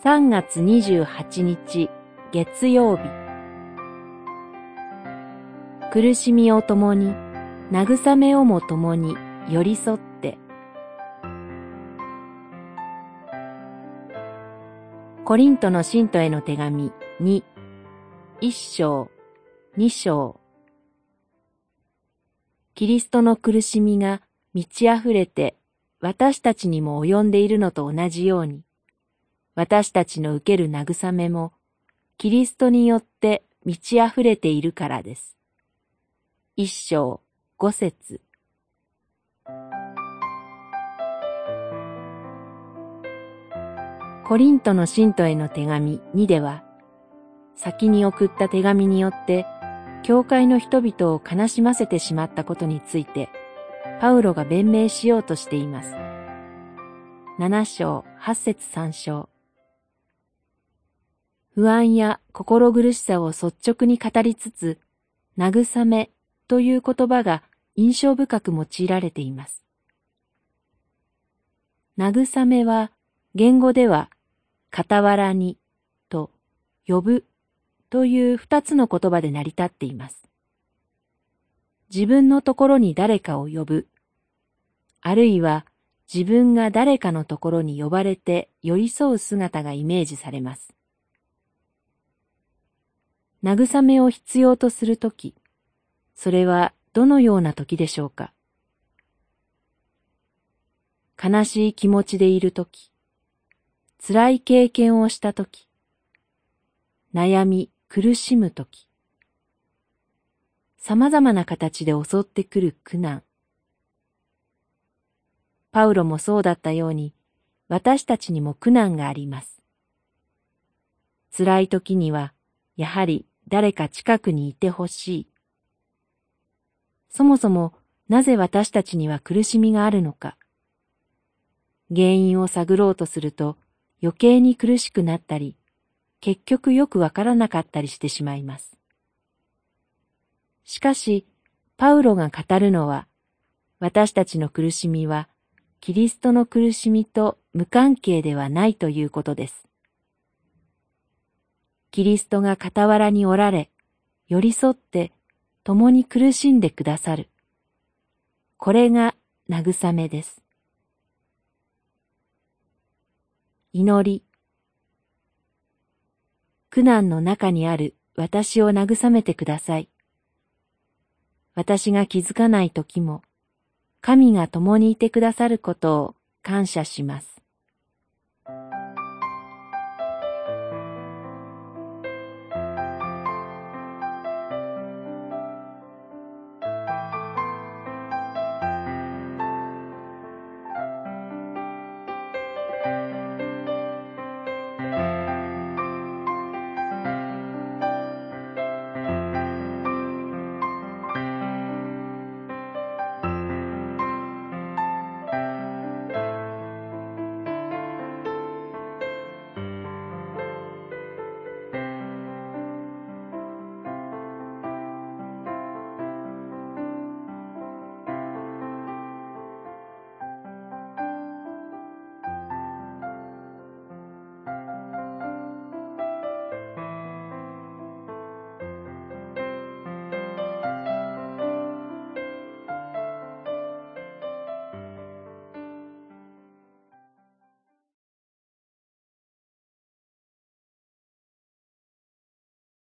3月28日月曜日。苦しみを共に、慰めをも共に寄り添って。コリントの信徒への手紙2、1章、2章。キリストの苦しみが満ち溢れて私たちにも及んでいるのと同じように、私たちの受ける慰めもキリストによって満ち溢れているからです。1章5節。コリントの信徒への手紙2では、先に送った手紙によって教会の人々を悲しませてしまったことについて、パウロが弁明しようとしています。7章8節3章。不安や心苦しさを率直に語りつつ、慰めという言葉が印象深く用いられています。慰めは言語では、傍らにと呼ぶという二つの言葉で成り立っています。自分のところに誰かを呼ぶ、あるいは自分が誰かのところに呼ばれて寄り添う姿がイメージされます。慰めを必要とするとき、それはどのようなときでしょうか。悲しい気持ちでいるとき、辛い経験をしたとき、悩み苦しむとき、様々な形で襲ってくる苦難。パウロもそうだったように、私たちにも苦難があります。辛いときには、やはり誰か近くにいてほしい。そもそもなぜ私たちには苦しみがあるのか。原因を探ろうとすると余計に苦しくなったり、結局よくわからなかったりしてしまいます。しかし、パウロが語るのは、私たちの苦しみは、キリストの苦しみと無関係ではないということです。キリストが傍らにおられ、寄り添って共に苦しんでくださる。これが慰めです。祈り。苦難の中にある私を慰めてください。私が気づかないときも、神が共にいてくださることを感謝します。